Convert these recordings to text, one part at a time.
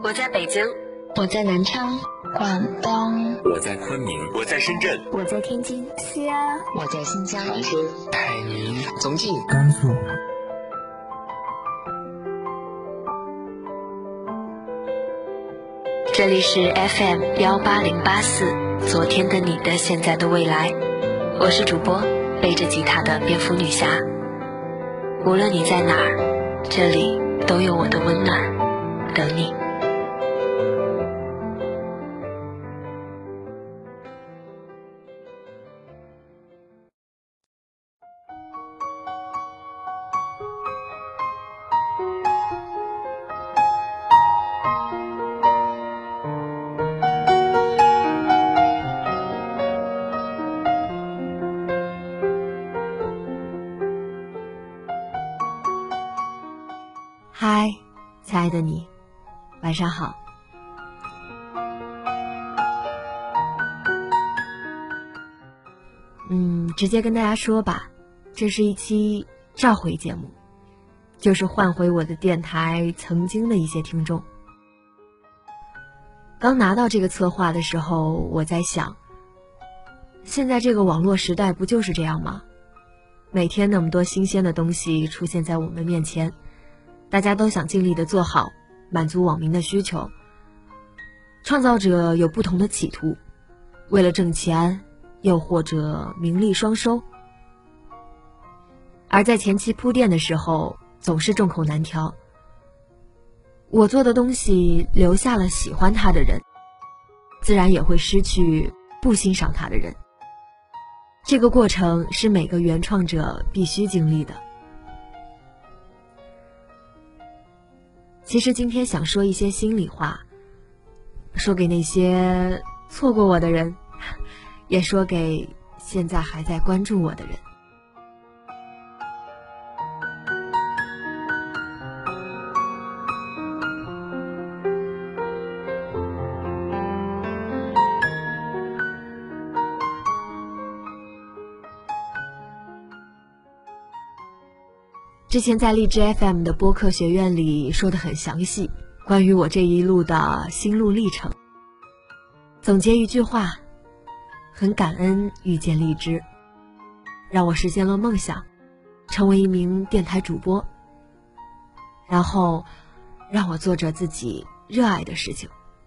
我在北京， 我在南昌， 广东， 我在昆明， 我在深圳， 我在天津， 西安， 我在新疆， 长春， 海宁， 重庆， 甘肃。 这里是 FM18084，昨天的你的现在的未来，我是主播背着吉他的蝙蝠女侠。无论你在哪儿，这里都有我的温暖等你。 嗨，亲爱的你，晚上好。直接跟大家说吧，这是一期召回节目，就是换回我的电台曾经的一些听众。刚拿到这个策划的时候，我在想，现在这个网络时代不就是这样吗？每天那么多新鲜的东西出现在我们面前，大家都想尽力的做好，满足网民的需求。创造者有不同的企图，为了挣钱，又或者名利双收。而在前期铺垫的时候，总是众口难调。我做的东西留下了喜欢它的人，自然也会失去不欣赏它的人。这个过程是每个原创者必须经历的。其实今天想说一些心里话，说给那些错过我的人，也说给现在还在关注我的人。之前在荔枝 FM 的播客学院里说得很详细，关于我这一路的心路历程。总结一句话，很感恩遇见荔枝，让我实现了梦想，成为一名电台主播，然后让我做着自己热爱的事情。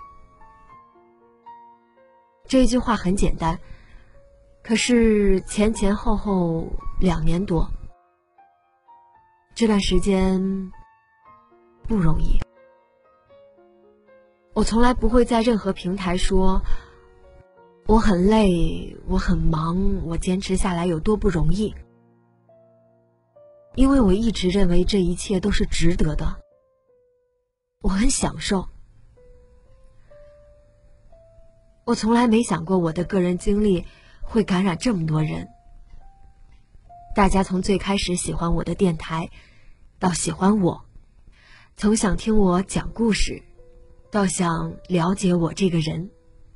这一句话很简单，可是前后后2年多，这段时间不容易。我从来不会在任何平台说我很累，我很忙，我坚持下来有多不容易，因为我一直认为这一切都是值得的，我很享受。我从来没想过我的个人经历会感染这么多人，大家从最开始喜欢我的电台到喜欢我，从想听我讲故事到想了解我这个人。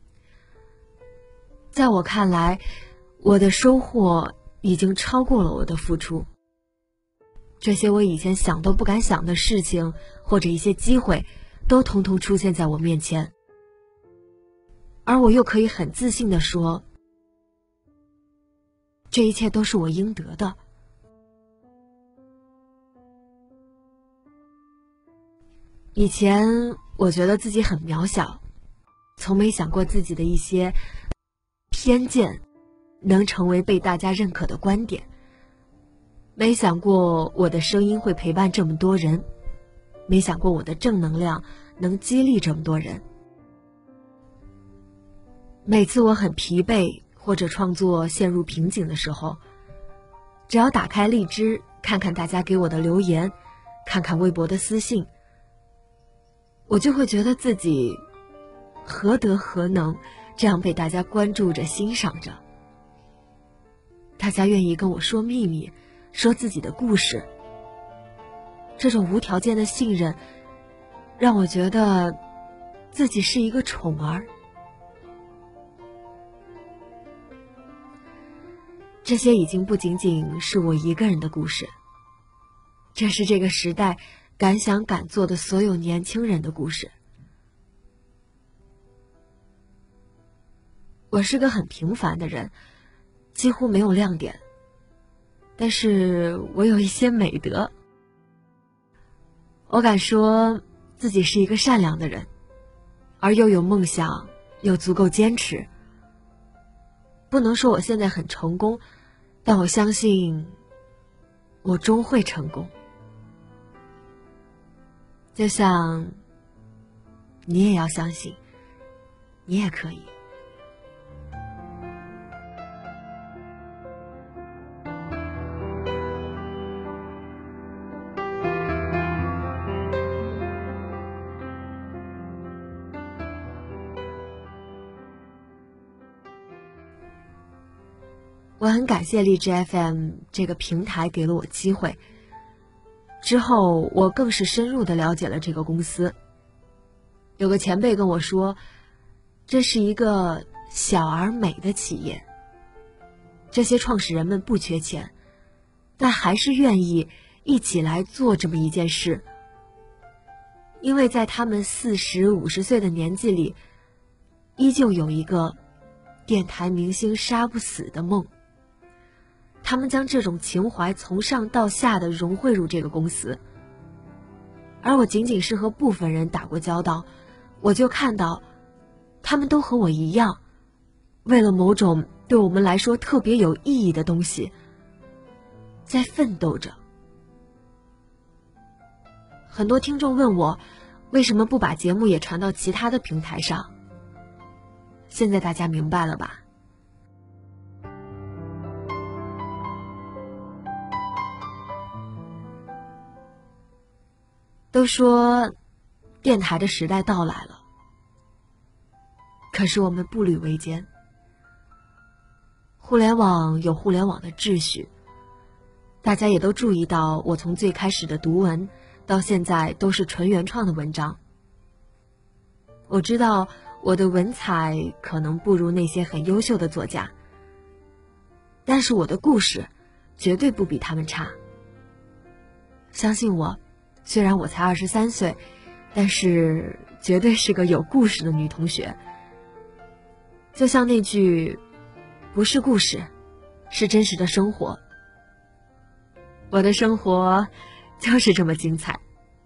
在我看来，我的收获已经超过了我的付出。这些我以前想都不敢想的事情，或者一些机会，都统统出现在我面前。而我又可以很自信地说，这一切都是我应得的。以前我觉得自己很渺小，从没想过自己的一些偏见能成为被大家认可的观点，没想过我的声音会陪伴这么多人，没想过我的正能量能激励这么多人。每次我很疲惫或者创作陷入瓶颈的时候，只要打开荔枝，看看大家给我的留言，看看微博的私信，我就会觉得自己何德何能这样被大家关注着欣赏着。大家愿意跟我说秘密，说自己的故事，这种无条件的信任让我觉得自己是一个宠儿。这些已经不仅仅是我一个人的故事，这是这个时代敢想敢做的所有年轻人的故事。 我是个很平凡的人，几乎没有亮点，但是我有一些美德。我敢说自己是一个善良的人，而又有梦想，又足够坚持。不能说我现在很成功，但我相信我终会成功。就像你也要相信，你也可以。我很感谢荔枝 FM 这个平台给了我机会，之后我更是深入地了解了这个公司。有个前辈跟我说，这是一个小而美的企业。这些创始人们不缺钱，但还是愿意一起来做这么一件事，因为在他们40、50岁的年纪里，依旧有一个电台明星杀不死的梦。他们将这种情怀从上到下的融汇入这个公司，而我仅仅是和部分人打过交道，我就看到他们都和我一样，为了某种对我们来说特别有意义的东西在奋斗着。很多听众问我为什么不把节目也传到其他的平台上，现在大家明白了吧？都说电台的时代到来了，可是我们步履维艰。互联网有互联网的秩序，大家也都注意到我从最开始的读文到现在都是纯原创的文章。我知道我的文采可能不如那些很优秀的作家，但是我的故事绝对不比他们差。相信我，虽然我才23岁，但是绝对是个有故事的女同学。就像那句，不是故事，是真实的生活。我的生活就是这么精彩。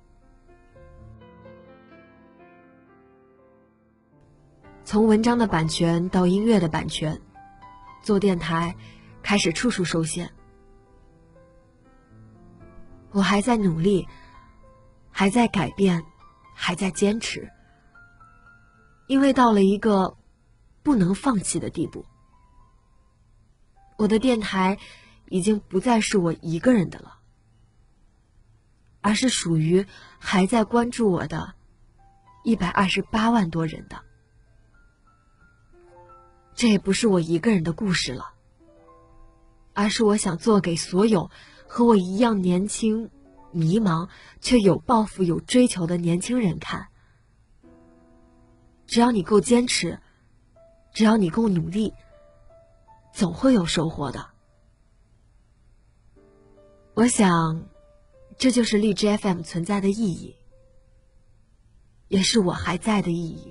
从文章的版权到音乐的版权，做电台开始处处受限。我还在努力，还在改变，还在坚持，因为到了一个不能放弃的地步。我的电台已经不再是我一个人的了，而是属于还在关注我的128万多人的。这也不是我一个人的故事了，而是我想做给所有和我一样年轻、迷茫却有抱负、有追求的年轻人看。只要你够坚持，只要你够努力，总会有收获的。我想，这就是荔枝 FM 存在的意义，也是我还在的意义。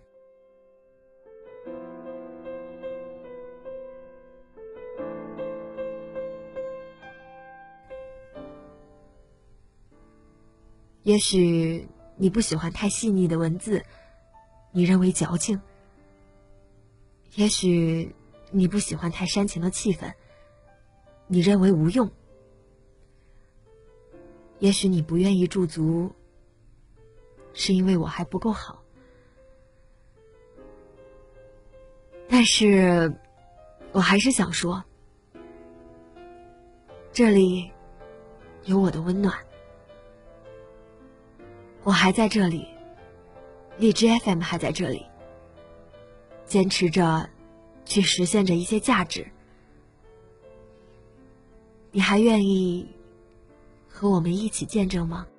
也许你不喜欢太细腻的文字，你认为矫情；也许你不喜欢太煽情的气氛，你认为无用；也许你不愿意驻足，是因为我还不够好。但是我还是想说，这里有我的温暖。我还在这里，荔枝 FM 还在这里，坚持着去实现着一些价值。你还愿意和我们一起见证吗？